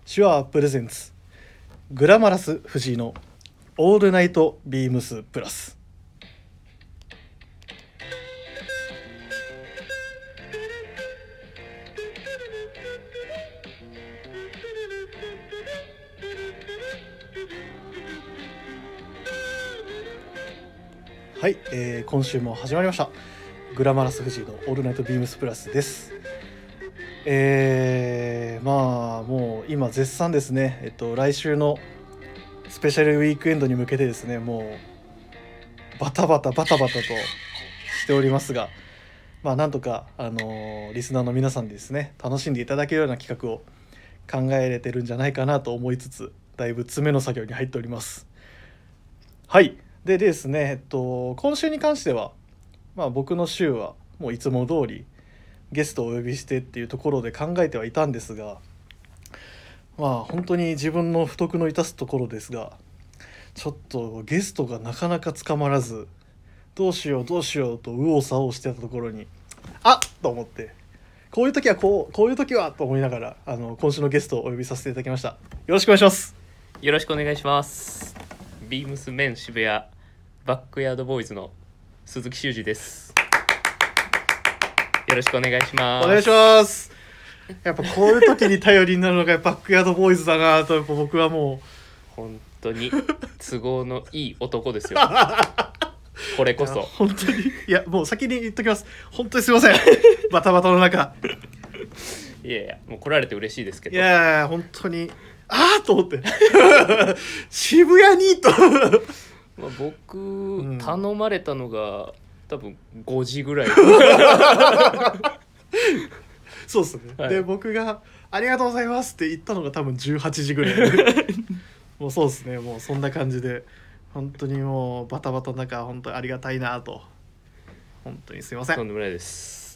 手話プレゼンツグラマラス藤井のオールナイトビームスプラス。はい、今週も始まりましたグラマラス藤井のオールナイトビームスプラスです。まあもう今絶賛ですね、来週のスペシャルウィークエンドに向けてですね、もうバタバタとしておりますが、まあなんとかリスナーの皆さんにですね楽しんでいただけるような企画を考えれてるんじゃないかなと思いつつ、だいぶ詰めの作業に入っております。はい。でですね、今週に関しては、まあ、僕の週はもういつも通りゲストをお呼びしてっていうところで考えてはいたんですが、まあ本当に自分の不徳の致すところですが、ちょっとゲストがなかなか捕まらず、どうしようと右往左往してたところにと思って、こういう時はこういう時はと思いながら今週のゲストをお呼びさせていただきました。よろしくお願いします。 よろしくお願いします。ビームスメン渋谷バックヤードボーイズの鈴木修二です。よろしくお願いします。 お願いします。やっぱこういう時に頼りになるのがバックヤードボーイズだなと、やっぱ僕はもう本当に都合のいい男ですよこれこそ本当に、いやもう先に言っときます。本当にすいませんバタバタの中。 いやもう来られて嬉しいですけど、 いや本当にと思って渋谷にとまあ、僕、頼まれたのが多分5時ぐらいそうですね、はい、で僕がありがとうございますって言ったのが多分18時ぐらいもうそうですね、もうそんな感じで本当にもうバタバタの中本当にありがたいなと。本当にすいません。 とんでもないです。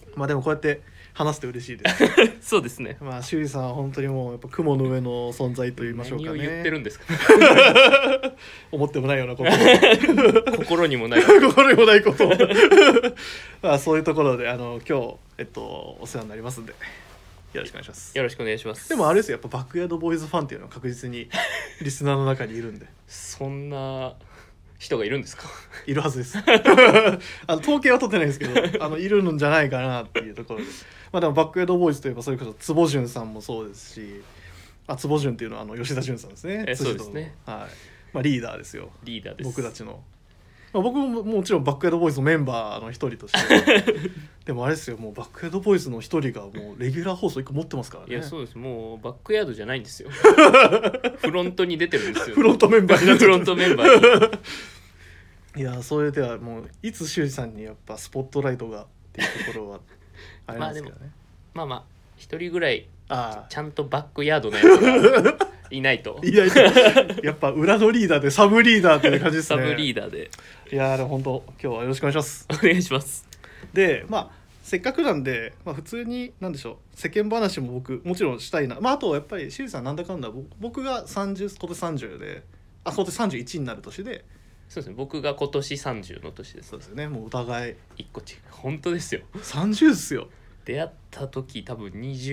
まあでもこうやって話して嬉しいですそうですね。 まあ修二さんは本当にもうやっぱ雲の上の存在と言いましょうかね。 何を言ってるんですか思ってもないようなこと心にもないことまあそういうところで今日お世話になりますんでよろしくお願いします。 よろしくお願いします。 でもあれですよ、やっぱバックヤードボーイズファンっていうのは確実にリスナーの中にいるんでそんな人がいるんですか？ いるはずです統計は取ってないですけどいるんじゃないかなっていうところでまあでもバックヤードボーイズといえばそれこそ坪潤さんもそうですし、坪潤っていうのは吉田潤さんですね。 そうですね、 はい、まあ、リーダーですよ。 リーダーです。 僕たちの、まあ、僕ももちろんバックヤードボーイズのメンバーの一人としてでもあれですよ、もうバックヤードボーイズの一人がもうレギュラー放送1個持ってますからね。 いやそうです、もうバックヤードじゃないんですよフロントに出てるんですよ。 フロントメンバーになっちゃったフロントメンバーにいやそういう手はもういつ修二さんにやっぱスポットライトがっていうところはありますけどねまあ一人ぐらいちゃんとバックヤードのやつがいないとやっぱ裏のリーダーでサブリーダーっていう感じですね。 サブリーダーで。 いやでも本当今日はよろしくお願いします。 お願いします。 でまあせっかくなんで、まあ、普通に何でしょう、世間話も僕もちろんしたいな。あとはやっぱり修二さんなんだかんだ僕が30今年30で今年31になる年で、 そうですね、僕が今年30の年です。 そうですよね、もうお互い一個違う。本当ですよ、 30ですよ。 出会った時多分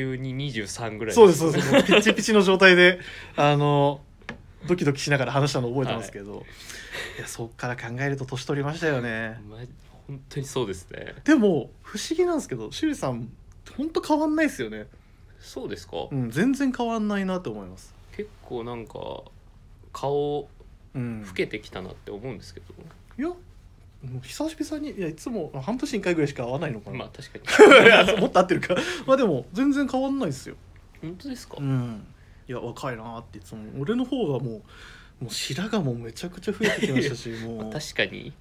22、23ぐらい。 そうですピッチピチの状態でドキドキしながら話したの覚えてますけど、いやそっから考えると年取りましたよね。 本当にそうですね。 でも不思議なんですけど修二さん本当変わんないですよね。 そうですか？ 全然変わんないなと思います。 結構なんか顔老けてきたなって思うんですけど、 いやもう久々にいつも半年に1回ぐらいしか会わないのかな。 まあ確かにもっと会ってるかまあでも全然変わんないですよ。 本当ですか？ いや若いなっていつも。俺の方がもう白髪もめちゃくちゃ増えてきましたしもう確かに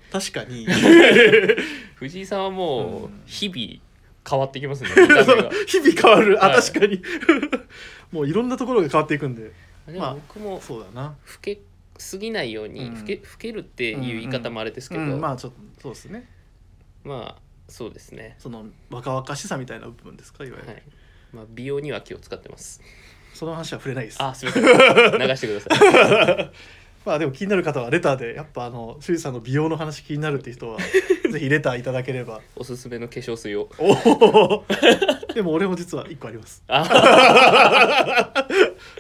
藤井さんはもう日々変わってきますね。見た目が日々変わる、確かにもういろんなところが変わっていくんで。 でも僕もそうだな、 老けすぎないように、老けるっていう言い方もあれですけど、 まあちょっとそうですね。 まあそうですね、 その若々しさみたいな部分ですか、いわゆる。 はい、まあ、美容には気を使ってます。 その話は触れないです。 すみません流してくださいまあでも気になる方はレターでやっぱ修二さんの美容の話気になるっていう人はぜひレターいただければおすすめの化粧水を。でも俺も実は1個あります。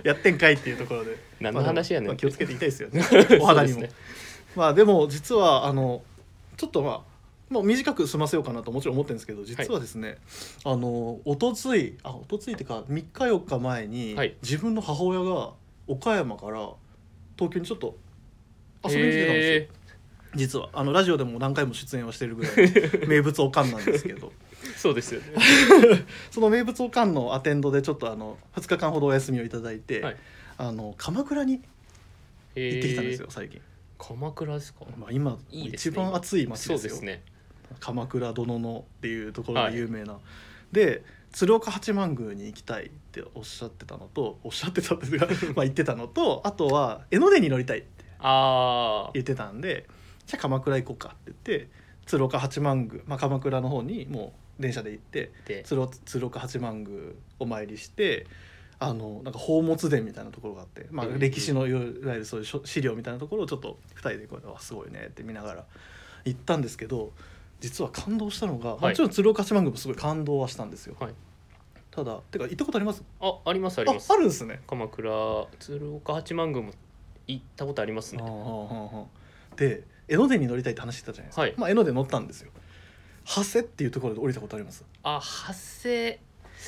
やってんかいっていうところで何の話やねん、 まあ気をつけていきたいですよねお肌にも、 そうですね。 まあでも実はちょっともう短く済ませようかなともちろん思ってるんですけど、実はですね、おとついっていうか3日4日前に、 はい自分の母親が岡山から東京にちょっと遊びに来てたんですよ。実はラジオでも何回も出演はしてるぐらい名物おかんなんですけどそうですよね。 その名物おかんのアテンドでちょっと2日間ほどお休みをいただいて、 はい、 鎌倉に行ってきたんですよ最近。 鎌倉ですか。 今いいですね、 一番暑い街ですよ。 そうですね。 鎌倉殿のっていうところが有名な、で鶴岡八幡宮に行きたいっておっしゃってたのと言ってたのと、あとは江ノ電に乗りたいって言ってたんで、じゃあ鎌倉行こうかって言って鶴岡八幡宮、鎌倉の方にもう電車で行って鶴岡八幡宮お参りして、なんか宝物殿みたいなところがあって、歴史のいわゆるそういう資料みたいなところをちょっと2人でこうすごいねって見ながら行ったんですけど、実は感動したのが、もちろん鶴岡八幡宮もすごい感動はしたんですよ、はい、ただてか行ったことあります？ ありますあります。 あるんですね。 鎌倉鶴岡八幡宮も行ったことありますね。 で江ノ電に乗りたいって話してたじゃないですか、 はい、 江ノ電乗ったんですよ。長谷っていうところで降りたことあります？ 長谷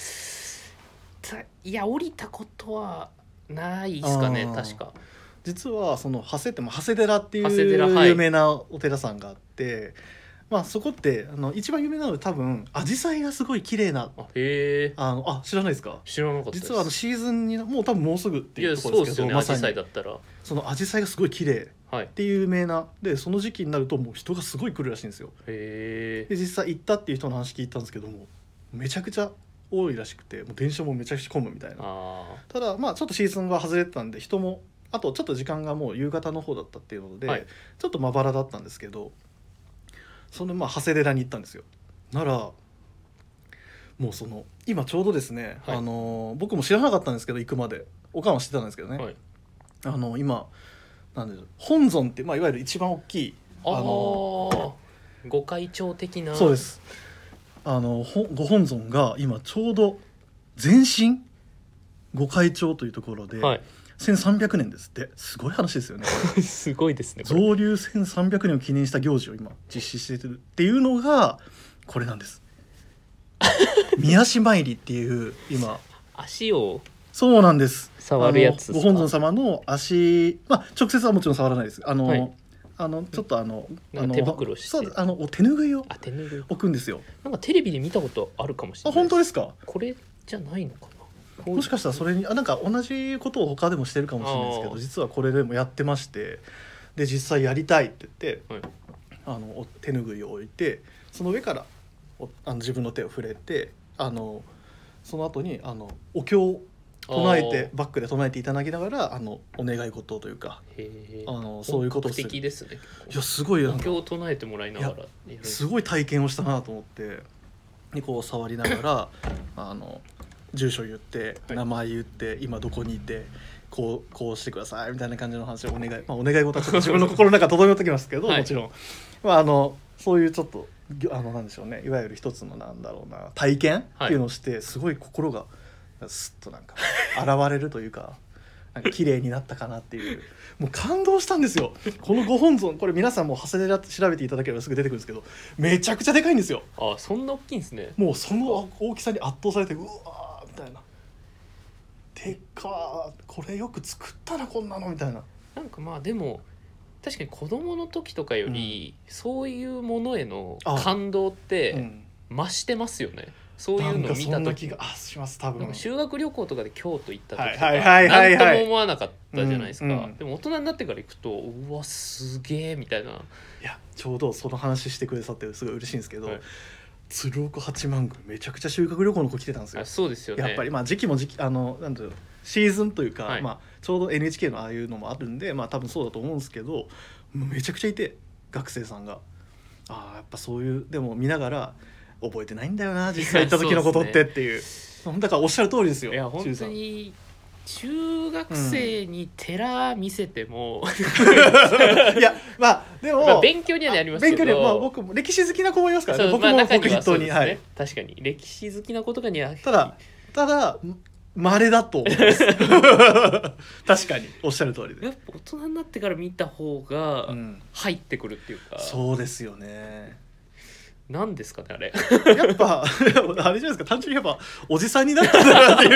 いや降りたことはないですかね。確か実はその長谷って長谷寺っていう有名なお寺さんがあって、そこって一番有名なので多分紫陽花がすごい綺麗な。知らないですか？ 知らなかったです。 実はシーズンにもう多分もうすぐっていうところですけど、 まさに紫陽花だったらその紫陽花がすごい綺麗っていう有名な、でその時期になるともう人がすごい来るらしいんですよ。で実際行ったっていう人の話聞いたんですけども、めちゃくちゃ多いらしくて、もう電車もめちゃくちゃ混むみたいな。ただちょっとシーズンが外れてたんで人も、あとちょっと時間がもう夕方の方だったっていうので、ちょっとまばらだったんですけど、その長谷寺に行ったんですよ。ならもう今ちょうどですね、僕も知らなかったんですけど行くまでおかんは知ってたんですけどね、今なんで本尊って、いわゆる一番大きい御開帳的な。 そうです。ご本尊が今ちょうど前身御開帳というところで、1300年ですって。すごい話ですよねすごいですね。 造立1300年を記念した行事を今実施してるっていうのがこれなんです宮足参りっていう今足をそうなんです。 触るやつですか？ ご本尊様の足、直接はもちろん触らないです。ちょっと手袋して、 そう手ぬぐいを置くんですよ。 なんかテレビで見たことあるかもしれない。 本当ですか？ これじゃないのかな。 もしかしたらそれになんか同じことを他でもしてるかもしれないですけど、実はこれでもやってまして、で実際やりたいって言って、手ぬぐいを置いてその上から自分の手を触れて、その後にお経を唱えてバックで唱えていただきながらお願い事というかそういうことをする。 本格的ですね。 いやすごいお経を唱えてもらいながらすごい体験をしたなと思って、でこう触りながら住所言って、名前言って、今どこにいてこうしてくださいみたいな感じの話をお願い、お願い事はちょっと自分の心の中整ってきますけど、もちろんそういうちょっとなんでしょうね、いわゆる一つの体験っていうのをして、すごい心がスッとなんか現れるというか、なんか綺麗になったかなっていう、もう感動したんですよ。このご本尊、これ皆さんも長谷寺って調べていただければすぐ出てくるんですけど、めちゃくちゃでかいんですよ。 そんな大きいんですね。 もうその大きさに圧倒されて、うわーみたいな、でっかー、これよく作ったなこんなのみたいな。 なんかでも確かに子供の時とかより、そういうものへの感動って増してますよね。そういうのを見た時がします。多分修学旅行とかで京都行った時とか何とも思わなかったじゃないですか。でも大人になってから行くと、うわすげえみたいな。いやちょうどその話してくださってすごい嬉しいんですけど、鶴岡八幡宮めちゃくちゃ修学旅行の子来てたんですよ。 そうですよね。 やっぱり時期もなんていうシーズンというか、ちょうど NHK のああいうのもあるんで、多分そうだと思うんですけど、めちゃくちゃいて学生さんがやっぱそういうでも見ながら覚えてないんだよな実際行った時のことってっていう、だからおっしゃる通りですよ。 いや本当に中学生に寺見せても、 いやでも、 勉強にはなりますけど、 勉強には僕も歴史好きな子もいますからね。僕も中には筆頭に、 確かに歴史好きな子とかにはただ稀だと思います確かにおっしゃる通りで、 やっぱ大人になってから見た方がうん、 入ってくるっていうか、 そうですよね。 なんですかねあれやっぱあれじゃないですか、単純にやっぱおじさんになったんだなって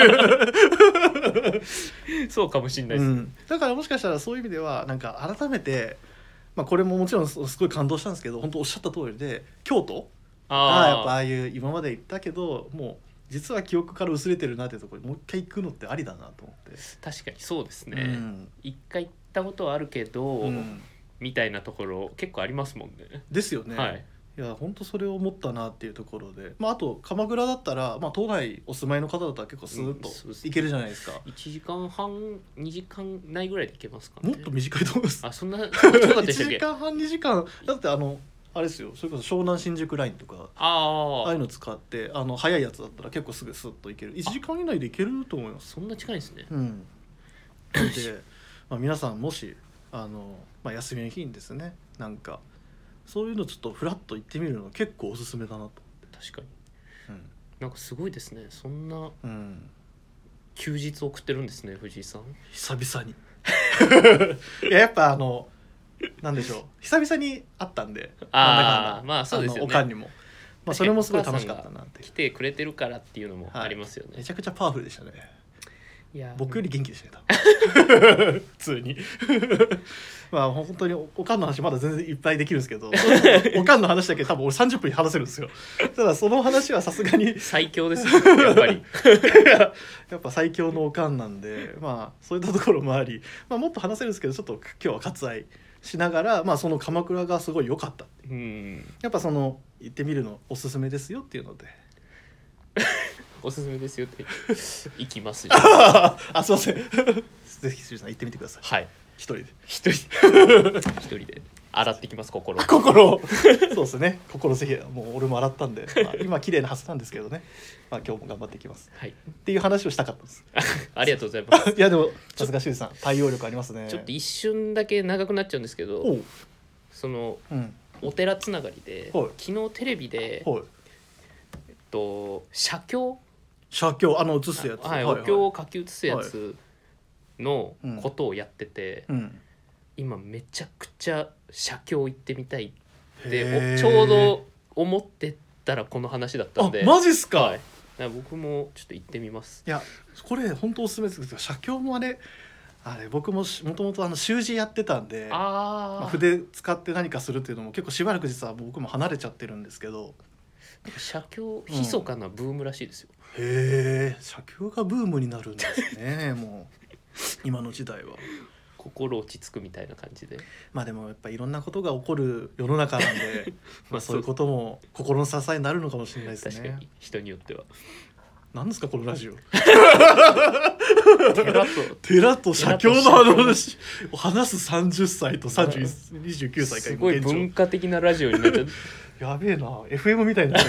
いうそうかもしれないです、 だからもしかしたらそういう意味ではなんか改めて、まあ、これももちろんすごい感動したんですけど、本当おっしゃった通りで京都がやっぱああいう今まで行ったけどもう実は記憶から薄れてるなっていうところにもう一回行くのってありだなと思って。 確かにそうですね、 うん一回行ったことはあるけど、 うんみたいなところ結構ありますもんね。 ですよね、 はい、 いや本当それを思ったなっていうところで、まあ、あと鎌倉だったら、まあ、都内お住まいの方だったら結構スーッとそうです行けるじゃないですか、 1時間半2時間ないぐらいで行けますかね。 もっと短いと思いますあ、そんな近かったでしたっ 1 け時間半2時間だってあれですよ、それこそ湘南新宿ラインとかあああいうの使って早いやつだったら結構すぐスッと行ける、1時間以内で行けると思います。 そんな近いですね。 うんなので、まあ、皆さんもしまあ、休みの日にですねなんかそういうのちょっとフラッと行ってみるの結構おすすめだなと確かに思ってなんかすごいですね。そんなうん休日送ってるんですね藤井さん。 久々にいややっぱなんでしょう、久々に会ったんで、なんだかんだまあそうですよね。 おかんにも、まあ、それもすごい楽しかったなって来てくれてるからっていうのもありますよね。 めちゃくちゃパワフルでしたね。 いや僕より元気でしたね多分普通にまあ本当におかんの話まだ全然いっぱいできるんですけどおかんの話だけ多分俺30分に話せるんですよ。ただその話はさすがに最強ですよやっぱりやっぱ最強のおかんなんで、まあそういったところもあり、まあ、もっと話せるんですけどちょっと今日は割愛しながら、まあ、その鎌倉がすごい良かった、 うんやっぱ行ってみるのおすすめですよっていうのでおすすめですよって行きますじゃああすいませんぜひしゅうさん行ってみてください、 はい一人で一人で洗ってきます心を心そうですね、心ぜひもう俺も洗ったんで、まあ、今綺麗なはずなんですけどね、まあ、今日も頑張っていきますはいっていう話をしたかったですありがとうございます。 いやでもさすがしゅうさん対応力ありますね。 ちょっと一瞬だけ長くなっちゃうんですけど、 おう、 そのうん、 お寺つながりで、 はい昨日テレビで、 はい写経、 写経映すやつ、 はい、お経を書き写すやつのうんことをやってて、 うん、 今めちゃくちゃ写経行ってみたいってへーちょうど思ってたらこの話だったんで、 あマジっすか、 はい、だから僕もちょっと行ってみます。 いやこれ本当おすすめですけど、写経もあれ僕ももともと習字やってたんで、まあ、筆使って何かするっていうのも結構しばらく実は僕も離れちゃってるんですけど、 写経密かなブームらしいですよ、 へえ写経がブームになるんですねもう今の時代は。 心落ち着くみたいな感じで。 まあでもやっぱいろんなことが起こる世の中なんでまあそういうとことも心の支えになるのかもしれないですね。 確かに人によっては何ですかこのラジオ寺と寺と写経の話を話す30歳と29歳かすごい現状文化的なラジオになっちゃうやべえな FM みたいな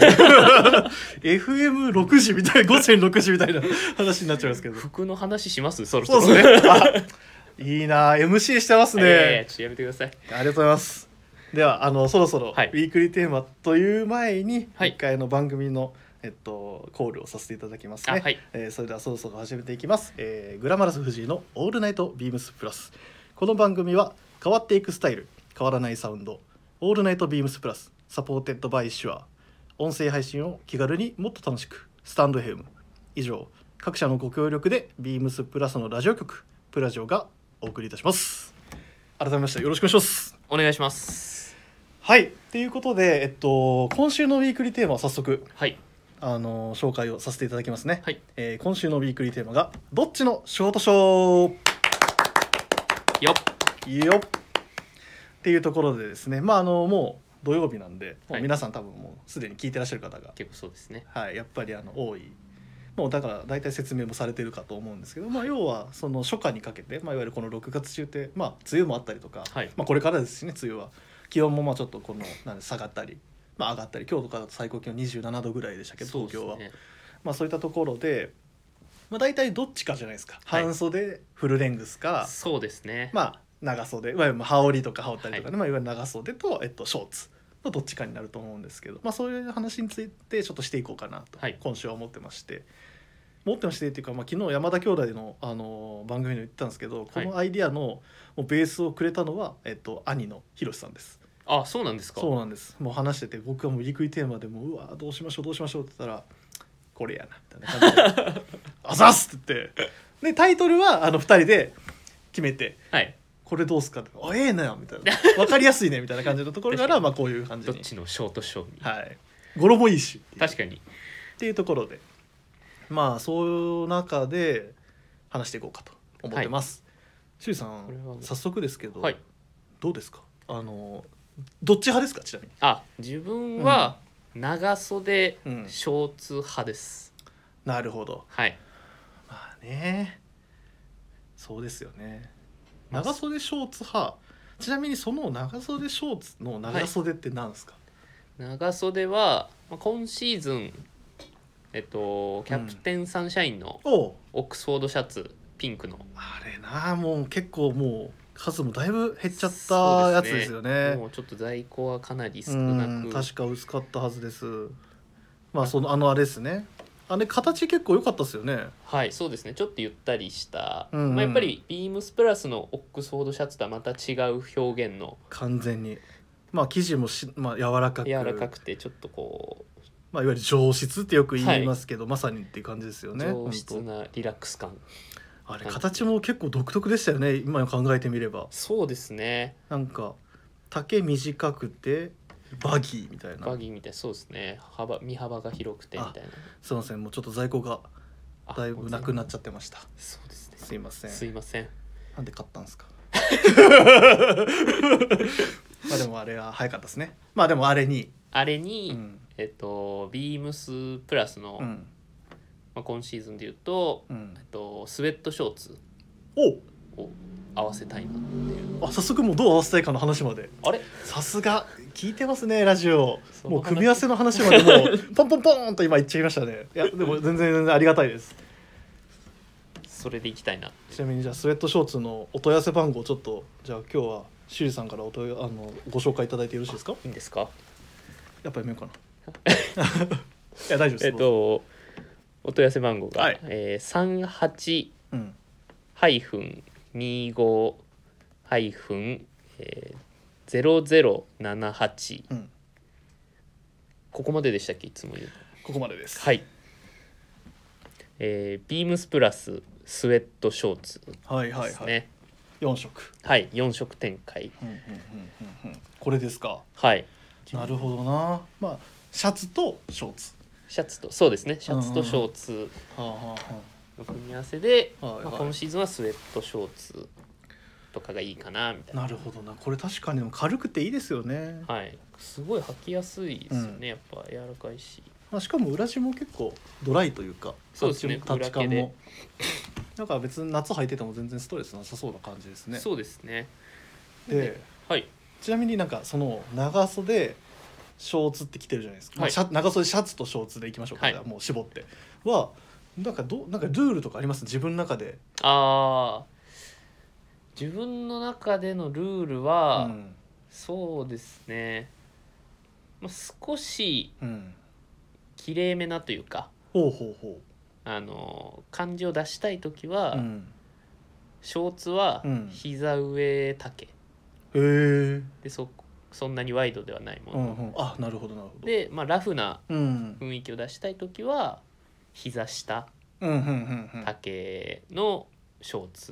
FM6 時みたいな午前6時みたいな話になっちゃいますけど服の話しますそろそろそうですねあいいな MC してますね、 ちょっとやめてください。 ありがとうございます。ではそろそろウはいィークリーテーマという前に、 はい一回番組のコールをさせていただきますね。 はい、 それではそろそろ始めていきます。グラマラス藤井のオールナイトビームスプラス。この番組は変わっていくスタイル、変わらないサウンド、オールナイトビームスプラス、サポーテッドバイシュア。音声配信を気軽にもっと楽しく、スタンドFM。以上、各社のご協力でビームスプラスのラジオ局プラジオがお送りいたします。改めましてよろしくお願いします。 お願いします。 はいということで、今週のウィークリーテーマは早速はい紹介をさせていただきますね、 はい、 今週のウィークリーテーマがどっちのショートショーよっっていうところでですね、まあもう土曜日なんで、もはいう皆さん多分もうすでに聞いてらっしゃる方が、 結構そうですね。 はい、やっぱり多い、もうだから大体説明もされてるかと思うんですけど、まあ、要はその初夏にかけて、まあ、いわゆるこの6月中って、まあ、梅雨もあったりとか、 はいまあ、これからですしね、梅雨は気温もまあちょっと下がったり、まあ、上がったり、今日とかだと最高気温27度ぐらいでしたけど、東京は、 そうですね。 まあ、そういったところで、まあ、大体どっちかじゃないですか、 はい半袖フルレングスか、 そうですね。 まあ、長袖、いわゆる羽織とか羽織ったりとかね、 はいまあ、いわゆる長袖と、ショーツのどっちかになると思うんですけど、まあ、そういう話についてちょっとしていこうかなと、 はい今週は思ってまして、 持ってましてっていうか、昨日山田兄弟の、番組で言ってたんですけど、このアイディアのもうベースをくれたのは、兄のひろしさんです。 あ、そうなんですか。 そうなんです。もう話してて、僕はもうウィークリーテーマでもうわどうしましょうって言ったらこれやなみたいな感じであざっすって言ってでタイトルは2人で決めて、 はい、 これどうすかってええなよみたいな分かりやすいねみたいな感じのところからこういう感じにどっちのショートショーに、 はい、語呂もいいし確かにっていうところでそういう中で話していこうかと思ってます。しゅうさん早速ですけど、 はい、 どうですかどっち派ですかちなみに。 自分は長袖ショーツ派です、 なるほど。 はいねそうですよね。長袖ショーツ派。ちなみにその長袖ショーツの長袖って何ですか。 長袖は今シーズンキャプテンサンシャインのオックスフォードシャツピンクのあれなもう結構もう数もだいぶ減っちゃったやつですよね。 もうちょっと在庫はかなり少なく、 確か薄かったはずです。そのあれですね。あれ形結構良かったですよね。 はいそうですね。ちょっとゆったりした、やっぱりビームスプラスのオックスフォードシャツとはまた違う表現の完全に生地も柔らかくてちょっとこういわゆる上質ってよく言いますけど、まさにっていう感じですよね。 上質なリラックス感。 あれ形も結構独特でしたよね今考えてみれば。 そうですね。 なんか丈短くてバギーみたいな。 そうですね。身幅が広くてみたいな。 すいませんもうちょっと在庫がだいぶなくなっちゃってました。 そうですね。 すいません。なんで買ったんですか。でもあれは早かったですね。でもあれに、 ビームスプラスの、今シーズンでいうと、スウェットショーツを合わせたいなっていう。 早速もうどう合わせたいかの話まで。 あれさすが聞いてますねラジオ。もう組み合わせの話までもうポンポンポンと今言っちゃいましたね。いやでも全然ありがたいです。 それでいきたいな。 ちなみにじゃあスウェットショーツのお問い合わせ番号ちょっとじゃあ今日はシュリさんからご紹介いただいてよろしいですか。 いいんですか。 やっぱやめようかな。いや大丈夫です。 お問い合わせ番号が、38-25-0078、ここまででしたっけ。いつも言うここまでです。 はい。ビームスプラススウェットショーツですね。 4色。 はい4色展開。 これですか。 はい。 なるほどな。シャツとショーツ。 そうですね。シャツとショーツの組み合わせで、今シーズンはスウェットショーツとかがいいかなみたいな。 なるほどな。これ確かに軽くていいですよね。 はい。すごい履きやすいですよね。やっぱ柔らかいし。 しかも裏地も結構ドライというか、 そうですね。 タッチ感もなんか別に夏履いてても全然ストレスなさそうな感じですね。 そうですね。 で、ちなみにその長袖ショーツって着てるじゃないですか。長袖シャツとショーツでいきましょうか。もう絞ってはなんかルールとかあります？自分の中で。 自分の中でのルールは、そうですね。少しきれいめなというか、感じを出したいときは、ショーツは膝上丈、でそんなにワイドではないもの、 なるほどなるほど。 で、ラフな雰囲気を出したいときは膝下丈のショーツ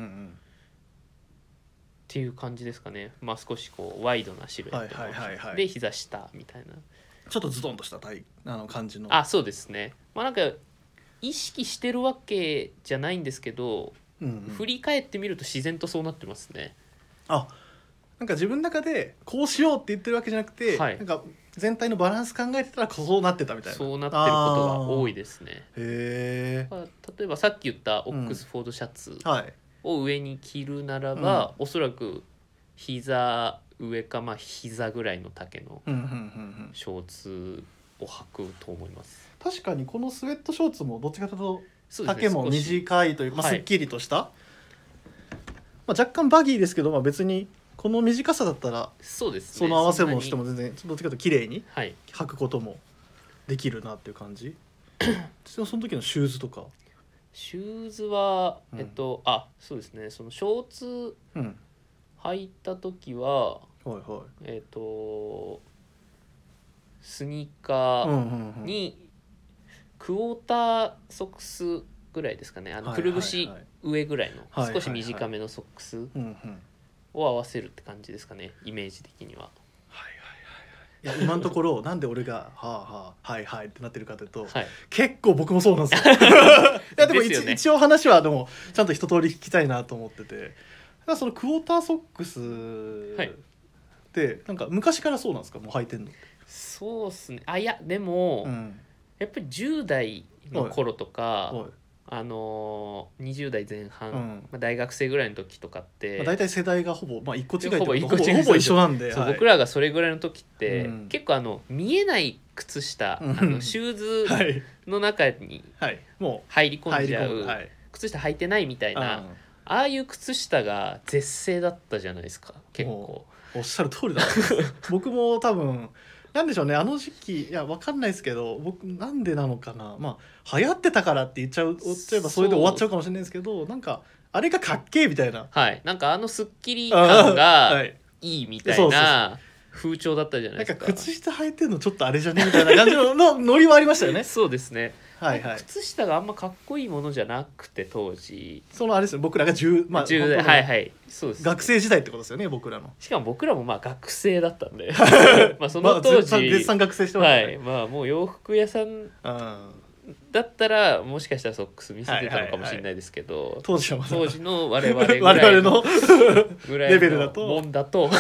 っていう感じですかね。少しワイドなシルエットで膝下みたいな、 ちょっとズドンとした感じの。 そうですね。なんか意識してるわけじゃないんですけど、振り返ってみると自然とそうなってますね。 なんか自分の中でこうしようって言ってるわけじゃなくて、なんか全体のバランス考えてたらそうなってたみたいな。 そうなってることが多いですね。 例えばさっき言ったオックスフォードシャツを上に着るならば、おそらく膝上か膝ぐらいの丈のショーツを履くと思います。 確かにこのスウェットショーツもどっちかというと丈も短いというすっきりとした、若干バギーですけど、別にこの短さだったらその合わせもしても全然どっちかというと綺麗に履くこともできるなっていう感じ。その時のシューズとかシューズはそうですね、そのショーツ履いた時は、スニーカーにクォーターソックスぐらいですかね、くるぶし上ぐらいの少し短めのソックスを合わせるって感じですかね、イメージ的には。 いや今のところなんで俺が「はあはあはいはい」ってなってるかというと、結構僕もそうなんですよ。いやでも一応話はでもちゃんと一通り聞きたいなと思ってて、そのクォーターソックスってなんか昔からそうなんですか、もう履いてんの？ そうっすね。いやでも、やっぱり10代の頃とか、20代前半、大学生ぐらいの時とかって、 大体世代がほぼ、1個違いとかほぼ一緒なんで、 僕らがそれぐらいの時って、結構見えない靴下、シューズの中に入り込んじゃう、靴下履いてないみたいな、ああいう靴下が絶世だったじゃないですか、結構。 おっしゃる通りだ僕も多分なんでしょうね、あの時期、いや分かんないですけど、僕なんでなのかな、流行ってたからって言っちゃえばそれで終わっちゃうかもしれないですけど、なんかあれがかっけえみたいな、 なんかスッキリ感がいいみたいな風潮だったじゃないですか。 なんか靴下履いてるのちょっとあれじゃねみたいな感じのノリはありましたよね。 そうですね。靴下があんまかっこいいものじゃなくて、当時あれですよ、僕らが10 代、そうです、 学生時代ってことですよね、僕らの。 しかも僕らも学生だったんでその当時絶賛学生してましたね。 もう洋服屋さんだったらもしかしたらソックス見せてたのかもしれないですけど、 当時の我々ぐらいのレベルだともんだと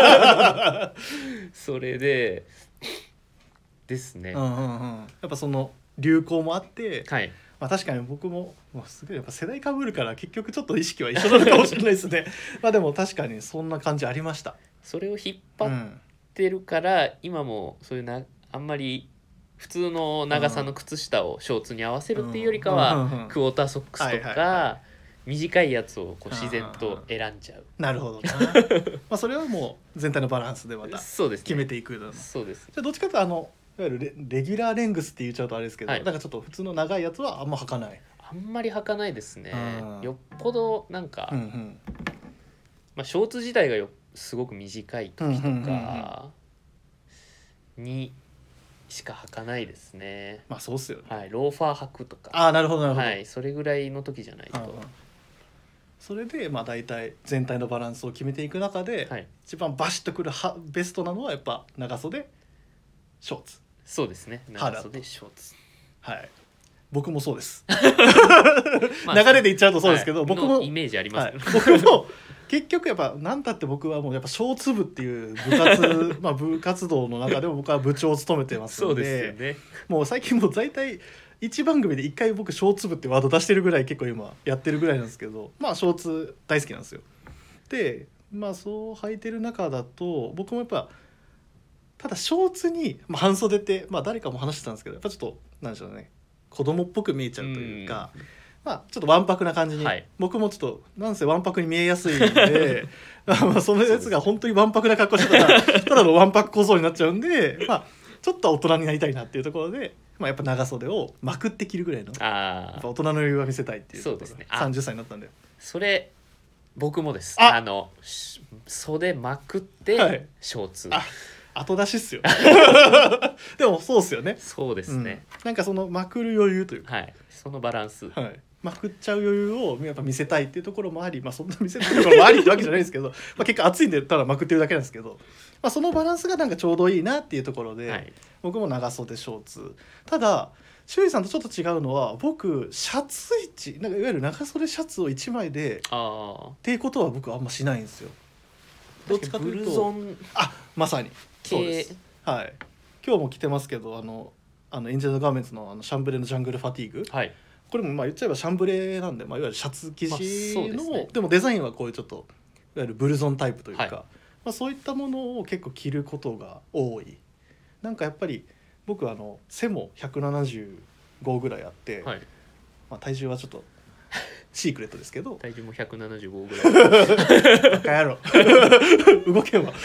それでですね、 やっぱその流行もあって、確かに僕もすごいやっぱ世代かぶるから結局ちょっと意識は一緒なのかもしれないですねでも確かにそんな感じありました。 それを引っ張ってるから、今もそういうあんまり普通の長さの靴下をショーツに合わせるっていうよりかは、クォーターソックスとか短いやつを自然と選んじゃう。 なるほどなそれはもう全体のバランスでまた決めていく。 そうです。 じゃあどっちかというといわゆるレギュラーレングスって言っちゃうとあれですけど、なんかちょっと普通の長いやつはあんま履かない。 あんまり履かないですね。よっぽどなんか、ショーツ自体がすごく短い時とかにしか履かないですね。 そうっすよね。 ローファー履くとか。 なるほど。 それぐらいの時じゃないと。 それで大体全体のバランスを決めていく中で、一番バシッとくるベストなのはやっぱ長袖ショーツ。 そうですね、長袖ショーツ。 僕もそうです流れで言っちゃうとそうですけど、僕もイメージあります。 僕も結局やっぱ何たって僕はもうやっぱショーツ部っていう部活動の中でも僕は部長を務めてますので、 そうですよね。 もう最近もう大体1番組で1回僕ショーツ部ってワード出してるぐらい結構今やってるぐらいなんですけど、ショーツ大好きなんですよ。でそう履いてる中だと僕もやっぱただショーツに、半袖って、誰かも話してたんですけど、やっぱちょっとなんでしょうね、子供っぽく見えちゃうというか、ちょっとわんぱくな感じに、僕もちょっとなんせわんぱくに見えやすいんでそのやつが本当にわんぱくな格好してたらただのわんぱく小僧になっちゃうんで、ちょっと大人になりたいなっていうところで、やっぱ長袖をまくって着るぐらいのやっぱ大人の余裕は見せたいっていうところで、そうですね、30歳になったんで。 それ僕もです。袖まくってショーツ、 後出しっすよでもそうっすよね。 そうですね、 なんかそのまくる余裕というか、 そのバランス、 まくっちゃう余裕をやっぱ見せたいっていうところもあり、そんな見せたいところもありってわけじゃないですけど結構暑いんでただまくってるだけなんですけど、そのバランスがなんかちょうどいいなっていうところで、僕も長袖ショーツ。ただ修二さんとちょっと違うのは、僕シャツなんかいわゆる長袖シャツを1枚でっていうことは僕はあんましないんですよ。どっちかというとブルゾン、 まさにそうです。今日も着てますけど、エンジェルガーメンツのシャンブレのジャングルファティーグ、これも言っちゃえばシャンブレなんで、いわゆるシャツ生地の、でもデザインはこういうちょっといわゆるブルゾンタイプというか、そういったものを結構着ることが多い。なんかやっぱり僕背も175ぐらいあって、体重はちょっとシークレットですけど、 体重も175ぐらいバカ野郎動けば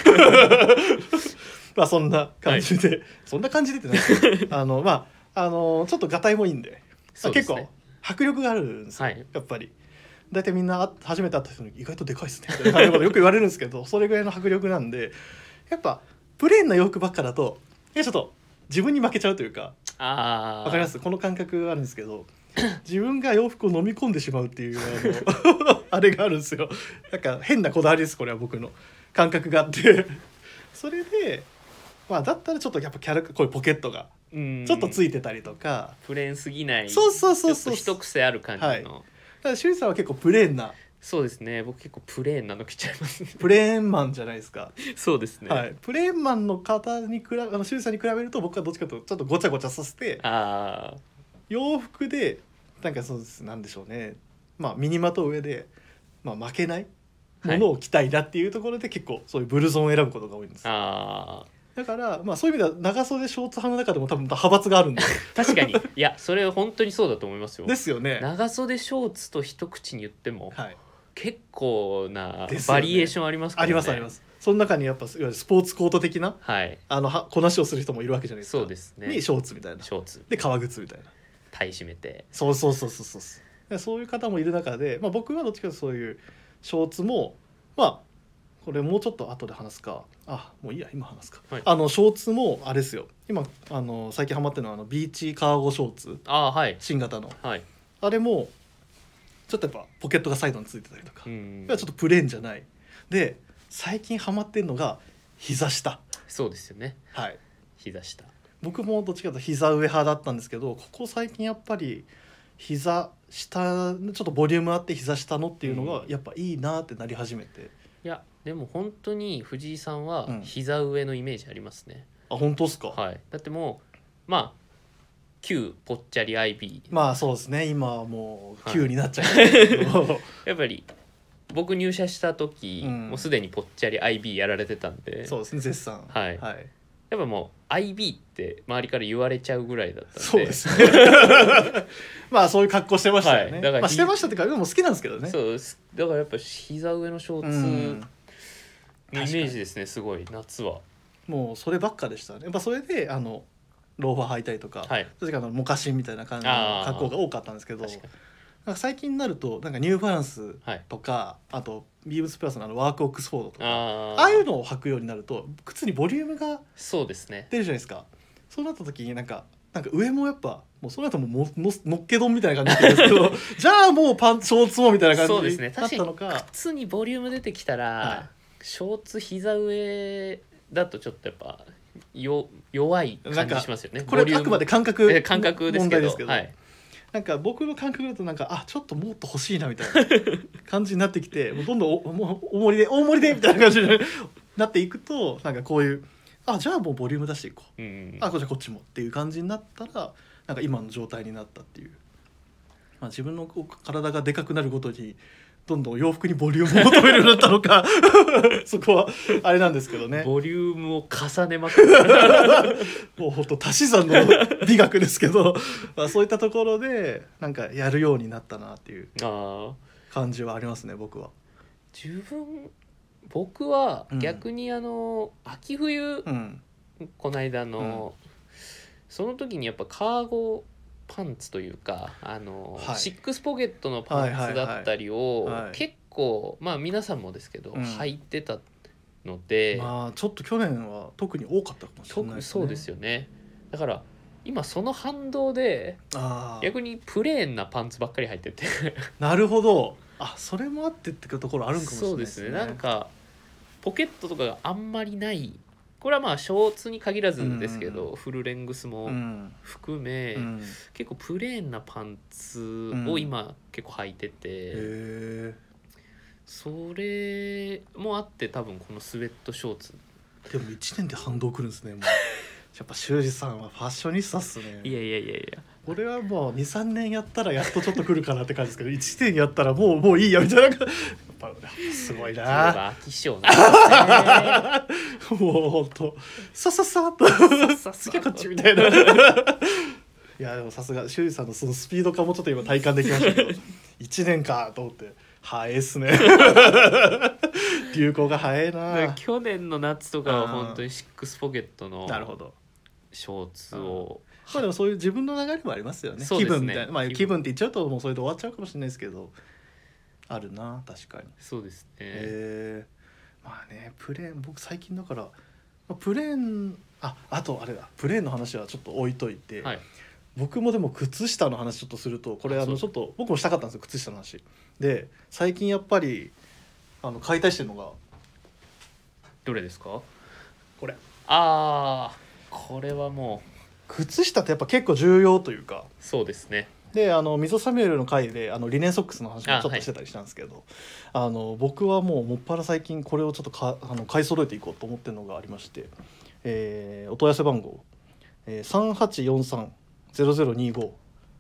そんな感じで、そんな感じでってないですけどちょっとガタイもいいんで、結構迫力があるんですよ、 はい、 やっぱり大体みんな初めて会った人に意外とでかいですねみたいなことよく言われるんですけどそれぐらいの迫力なんでやっぱプレーンな洋服ばっかだとちょっと自分に負けちゃうというかわかりますこの感覚あるんですけど自分が洋服を飲み込んでしまうっていうあれがあるんですよ。なんか変なこだわりです。これは僕の感覚があってそれでまあだったらちょっとやっぱこういうポケットがちょっとついてたりとかプレーンすぎないそうちょっと一癖ある感じの、はい、 ただシュウさんは結構プレーンなそうですね僕結構プレーンなの着ちゃいますねプレーンマンじゃないですかそうですね、 はい、プレーンマンの方にシュウさんに比べると僕はどっちかというとちょっとごちゃごちゃさせて洋服でなんかそうですなんでしょうねまあ身にまとう上で、まあ、負けないものを着たいなっていうところで、結構そういうブルゾンを選ぶことが多いんです。だから、まあ、そういう意味では長袖ショーツ派の中でも多分派閥があるんで確かにいやそれは本当にそうだと思いますよ。 ですよね。 長袖ショーツと一口に言っても、はい、結構なね、 バリエーションありますからね。 ありますあります。その中にやっぱいわゆるスポーツコート的な、 はい、 こなしをする人もいるわけじゃないですか。 そうですね。 にショーツみたいなショーツで革靴みたいなタイ締めてそうそういう方もいる中で、まあ、僕はどっちかというとそういうショーツもまあこれもうちょっと後で話すかもういいや今話すか、はい、ショーツもあれですよ今最近ハマってるのはビーチカーゴショーツはい、 新型の、 はい、 あれもちょっとやっぱポケットがサイドについてたりとかちょっとプレーンじゃないで最近ハマってるのが膝下そうですよねはい膝下僕もどっちかというと膝上派だったんですけどここ最近やっぱり膝下ちょっとボリュームあって膝下のっていうのがやっぱいいなってなり始めて、 いやでも本当に藤井さんは膝上のイメージありますね、 本当ですか。 はい、だってもうまあ旧ぽっちゃり IB まあそうですね今はもう旧になっちゃうけど、 はい、やっぱり僕入社した時、もうすでにぽっちゃり IB やられてたんでそうですね絶賛はい、はいやっぱもう IB って周りから言われちゃうぐらいだったんでそうですねまあそういう格好してましたよね、はい、だからしてましたっていうかでも好きなんですけどねそうですだからやっぱ膝上のショーツのイメージですねすごい夏はもうそればっかでしたねやっぱそれでローファー履いたりとか、はい、それからモカシンみたいな感じの格好が多かったんですけどなんか最近になるとなんかニューバランスとか、はい、あとビームスプラスのワークオックスフォードとかああいうのを履くようになると靴にボリュームがそうですね出るじゃないですか。そうなった時になんか上もやっぱもうその後ものっけ丼みたいな感じなんですけどじゃあもうショーツもみたいな感じになったのか、 確かに靴にボリューム出てきたら、はい、ショーツ膝上だとちょっとやっぱ弱い感じしますよね。 これあくまで感覚ですけど、はい、 なんか僕の感覚だとなんかちょっともっと欲しいなみたいな感じになってきてもうどんどん大盛りでみたいな感じになっていくとなんかこういうじゃあもうボリューム出していこう、じゃあこっちもっていう感じになったらなんか今の状態になったっていう、まあ、自分の体がでかくなるごとにどんどん洋服にボリュームを求めるようになったのかそこはあれなんですけどねボリュームを重ねまくるもうほんと足し算の美学ですけどまあそういったところでなんかやるようになったなっていう感じはありますね僕は。 僕は逆に秋冬、この間その時にやっぱカーゴパンツというかシックスポケットのパンツだったりを結構まあ皆さんもですけど履いてたので、 まあちょっと去年は特に多かったかもしれないですね。 そうですよね。だから今その反動で逆にプレーンなパンツばっかり履いててなるほどそれもあってってところあるんかもしれないですね。 そうですねなんかポケットとかがあんまりないこれはまあショーツに限らずですけど、フルレングスも含め、結構プレーンなパンツを今結構履いてて、それもあって多分このスウェットショーツでも1年で反動くるんですねもうやっぱ修二さんはファッショニスタっすね。 いや俺はもう 2,3 年やったらやっとちょっと来るかなって感じですけど1年やったらもういいやみたいなやっぱすごいな飽き性なんですねもうほんとさっと次はこっちみたいないやでもさすが修二さんのそのスピード感もちょっと今体感できましたけど1年かと思って早いっすね流行が早いな。 去年の夏とかは本当にシックスポケットのなるほどショーツをまあでもそういう自分の流れもありますよね。 そうですね気分みたいな、まあ気分って言っちゃうともうそれで終わっちゃうかもしれないですけど、あるな確かに。 そうですね。 まあねプレーン僕最近だから、まあ、プレーンあとあれだプレーンの話はちょっと置いといて、 はい、 僕もでも靴下の話ちょっとするとこれちょっと僕もしたかったんですよ靴下の話で。最近やっぱり買い足してるのがどれですか？ これ。 これはもう靴下ってやっぱ結構重要というか。 そうですね。 でミゾサミュエルの回でリネンソックスの話もちょっとしてたりしたんですけど、僕はもうもっぱら最近これをちょっと買い揃えていこうと思ってるのがありまして、お問い合わせ番号、3843-0025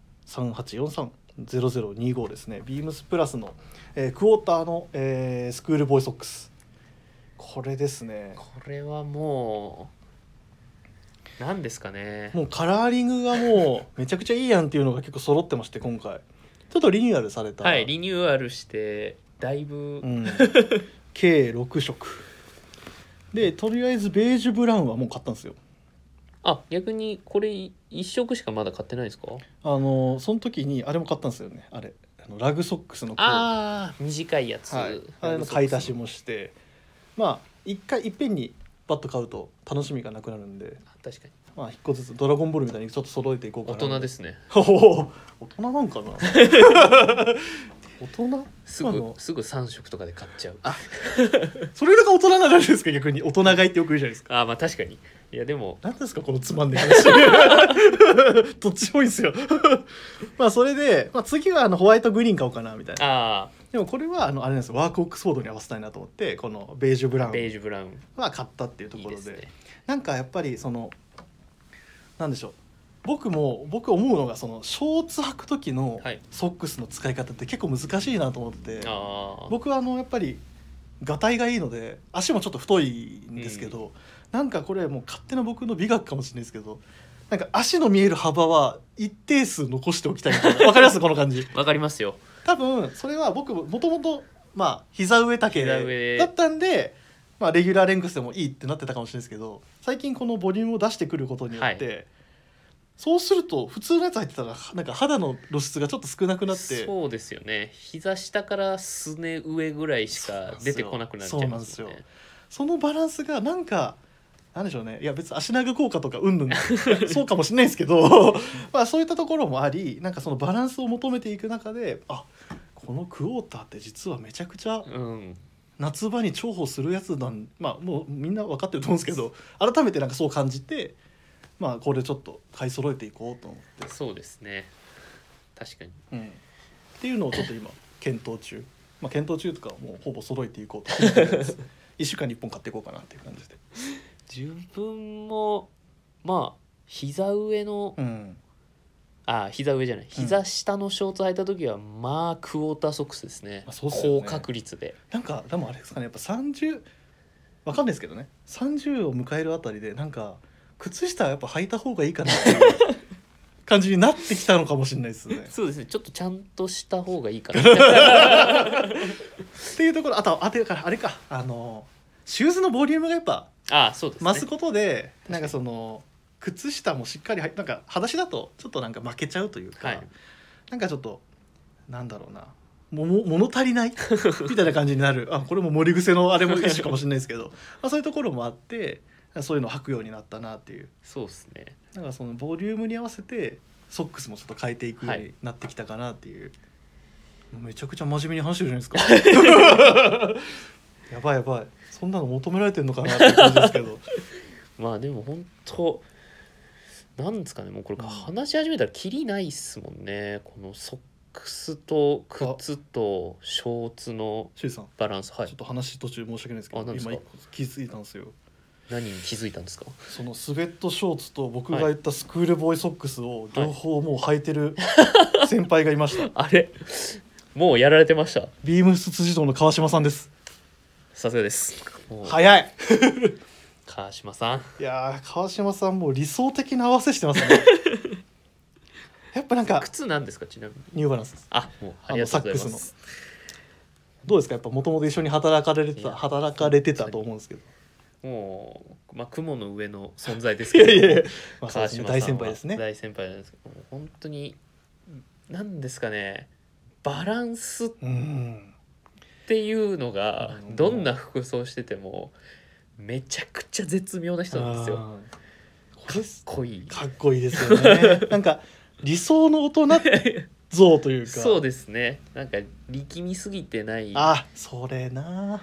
3843-0025ですね。ビームスプラスの、クォーターの、スクールボーイソックス、これですね。 これはもう何ですかね、 もうカラーリングがもうめちゃくちゃいいやんっていうのが結構揃ってまして、今回ちょっとリニューアルされた、 はいリニューアルしてだいぶ、 計6色で、とりあえずベージュブラウンはもう買ったんですよ。 逆にこれ1色しかまだ買ってないですか？ その時にあれも買ったんですよね。ラグソックスの短いやつ、 あれの買い足しもして、まあいっぺんにバッと買うと楽しみがなくなるんで、 確かにまあ一個ずつドラゴンボールみたいにちょっと揃えていこうかな。 大人ですね。 大人なんかな大人すぐ3色とかで買っちゃう。 それが大人なんですか？逆に大人買いってよく言うじゃないですか。 まあ確かに。いやでも何ですかこのつまんない話どっちもいいんですよまあそれで、次はホワイトグリーン買おうかなみたいな。でもこれはあれなんですよ、ワークオックスフォードに合わせたいなと思ってこのベージュブラウンは買ったっていうところ で、なんかやっぱりなんでしょう、僕思うのがショーツ履く時のソックスの使い方って結構難しいなと思って、僕はやっぱりがたいがいいので足もちょっと太いんですけど、なんかこれもう勝手な僕の美学かもしれないですけど、なんか足の見える幅は一定数残しておきたいみたいな。わかりますこの感じ？ わかりますよ。 多分それは僕もともと膝上丈だったんで、レギュラーレングスでもいいってなってたかもしれないですけど、最近このボリュームを出してくることによって、そうすると普通のやつ入ってたらなんか肌の露出がちょっと少なくなって、 そうですよね。膝下からすね上ぐらいしか出てこなくなっちゃいますよね。 そのバランスがなんかなんでしょうね。いや別に足長効果とかそうかもしれないですけどそういったところもあり、なんかそのバランスを求めていく中で、このクォーターって実はめちゃくちゃ夏場に重宝するやつもうみんな分かってると思うんですけど、改めてなんかそう感じて、これちょっと買い揃えていこうと思って。 そうですね、確かに、 っていうのをちょっと今検討中検討中とかもうほぼ揃えていこうと思ってます1週間に1本買っていこうかなっていう感じで。 自分も膝上の、膝上じゃない、膝下のショーツ履いた時はクォーターソックスですね。高確率で。 なんかでもあれですかね、やっぱ30わかんないですけどね、30を迎えるあたりでなんか靴下はやっぱ履いた方がいいかなっていう感じになってきたのかもしれないですね。 そうですね、ちょっとちゃんとした方がいいかなっていうところ、あとあれかシューズのボリュームがやっぱそうですね、 増すことでなんか靴下もしっかりなんか裸足だとちょっとなんか負けちゃうというか、なんかちょっとなんだろうな、物足りないみたいな感じになる。これも盛り癖のあれも一種かもしれないですけどそういうところもあって、そういうのを履くようになったなっていう。 そうですね、 なんかそのボリュームに合わせてソックスもちょっと変えていくようになってきたかなっていう、めちゃくちゃ真面目に話してるじゃないですかやばいそんなの求められてるのかなって感じですけどでも本当なんですかね、もうこれ話し始めたらキリないっすもんね。このソックスと靴とショーツのバランス。 ちょっと話途中申し訳ないですけど、今気づいたんですよ。 何に気づいたんですか？ そのスウェットショーツと僕が言ったスクールボーイソックスを両方もう履いてる先輩がいましたあれもうやられてました。 ビームス辻堂の川島さんです。 さすがです。 早い川島さん。 いや川島さんもう理想的な合わせしてますねやっぱなんか靴なんですか？ちなみにニューバランスです。 もうありがとうございます。サックスのどうですか？やっぱもともと一緒に働かれてたと思うんですけど。 もう、まあ、雲の上の存在ですけどいやいやいや、まあ、 川島さんは大先輩ですね。 大先輩なんですけども、本当に何ですかね、バランスっていうのがどんな服装しててもめちゃくちゃ絶妙な人なんですよ。かっこいい。 かっこいいですよね。なんか理想の大人像というか。 そうですね。なんか力みすぎてない。 あ、それな。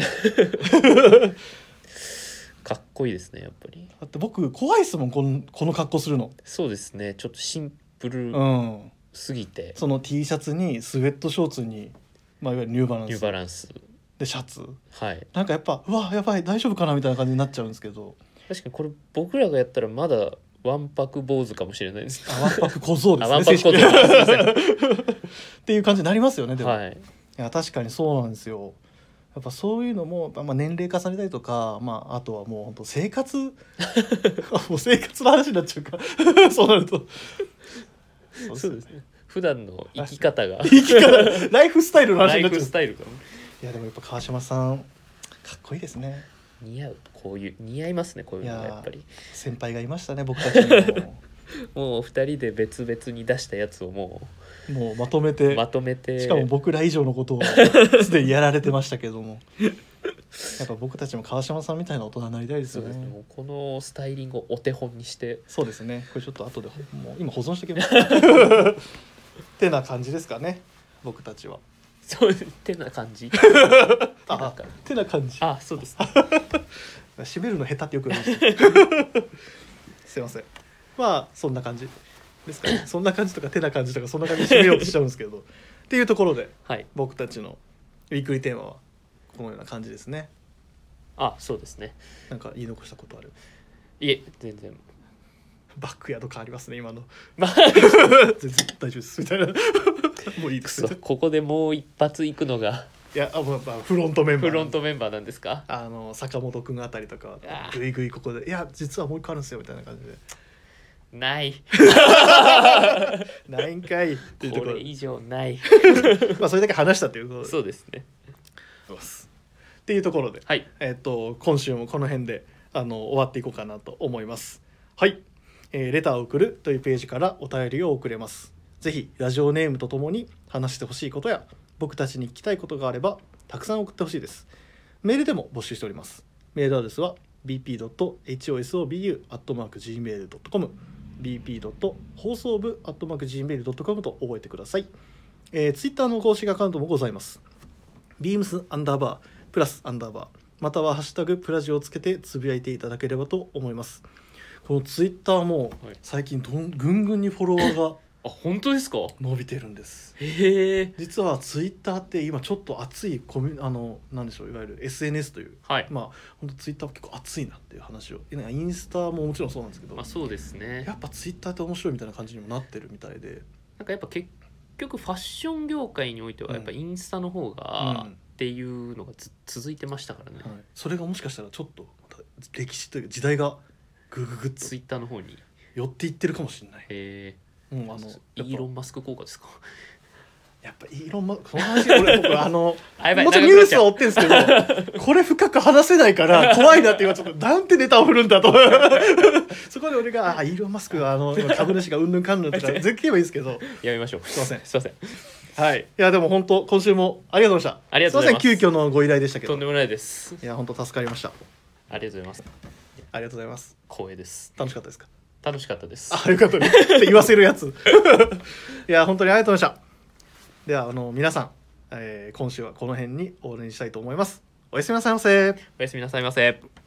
かっこいいですね、やっぱり。 だって僕怖いですもん、この格好するの。 そうですね、ちょっとシンプルすぎて、 その T シャツにスウェットショーツに、まあ、いわゆるニューバランスでシャツ、 はい、 なんかやっぱうわやばい大丈夫かなみたいな感じになっちゃうんですけど、 確かにこれ僕らがやったらまだわんぱく坊主かもしれないです。 わんぱく小僧ですね。 わんぱく小僧っていう感じになりますよね。でも、 はい、 いや確かにそうなんですよ。やっぱそういうのも、まあ、年齢重ねたりとか、まあ、あとはもう本当生活もう生活の話になっちゃうかそうなるとそうですね、普段の生き方がライフスタイルの話になっちゃう。 ライフスタイルが、 いやでもやっぱ川島さんかっこいいですね。 似合う、こういう似合いますね、こういうのがやっぱり。 先輩がいましたね、僕たちにも。 もう2人で別々に出したやつをもうまとめてしかも僕ら以上のことをすでにやられてましたけどもやっぱ僕たちも川島さんみたいな大人になりたいですよね。 そうですね、もうこのスタイリングをお手本にして。 そうですね、これちょっと後でもう今保存しておきますってな感じですかね、僕たちは。 そうてな感じあてな感じ。 あ、そうです締めるの下手ってよく言うんですすいません。まあそんな感じですかね。そんな感じとか手な感じとかそんな感じで締めようとしちゃうんですけどっていうところで、はい、僕たちのウィークリーテーマはこのような感じですね。 あ、そうですね。 なんか言い残したことある？ いえ、全然。 バックヤード変わりますね今の全然大丈夫ですみたいなもういいです。 ここでもう一発いくのが、 いや、まあ、フロントメンバーなんですか。 坂本くんあたりとかグイグイここで、いや実はもう一個あるんですよみたいな感じで、ないないんかいっていうところ、 これ以上ないまあそれだけ話したっていうことで、 そうですねっていうところで、はい、今週もこの辺で終わっていこうかなと思います。はい、レターを送るというページからお便りを送れます。ぜひラジオネームとともに話してほしいことや僕たちに聞きたいことがあればたくさん送ってほしいです。メールでも募集しております。メールアドレスは bp.hosobu@gmail.com bp. 放送部 @gmail.com と覚えてください。ツイッターの公式アカウントもございます。beams_+_ またはハッシュタグプラジをつけてつぶやいていただければと思います。このツイッターも最近ぐんぐんにフォロワーがあ、本当ですか？ 伸びてるんです。 へえ。 実はツイッターって今ちょっと熱いなんでしょう、いわゆる SNS という、はい、まあ本当ツイッター結構熱いなっていう話を、インスタももちろんそうなんですけど、 まあそうですね、 やっぱツイッターって面白いみたいな感じにもなってるみたいで、 なんかやっぱ結局ファッション業界においてはやっぱインスタの方が、っていうのが続いてましたからね、はい、 それがもしかしたらちょっとまた歴史というか時代がグググッとツイッターの方に寄っていってるかもしれない。 へえ。イーロン・マスク効果ですか？ やっぱイーロン・マスク、その話俺僕もちろんニュースは追ってるんですけどこれ深く話せないから怖いなって今ちょっとなんてネタを振るんだとそこで俺がイーロン・マスクが株主がうんぬんかんぬんとか絶対言えばいいですけどやめましょう。 すいませんすいません。 はい、いやでも本当今週もありがとうございました。 ありがとうございます。 すいません急遽のご依頼でしたけど。 とんでもないです。 いや本当助かりました。 ありがとうございます。 ありがとうございます。 光栄です。 楽しかったですか？ 楽しかったです。 あ、よかったねって言わせるやついや本当にありがとうございました。では皆さん、今週はこの辺に終わりにしたいと思います。おやすみなさいませ。 おやすみなさいませ。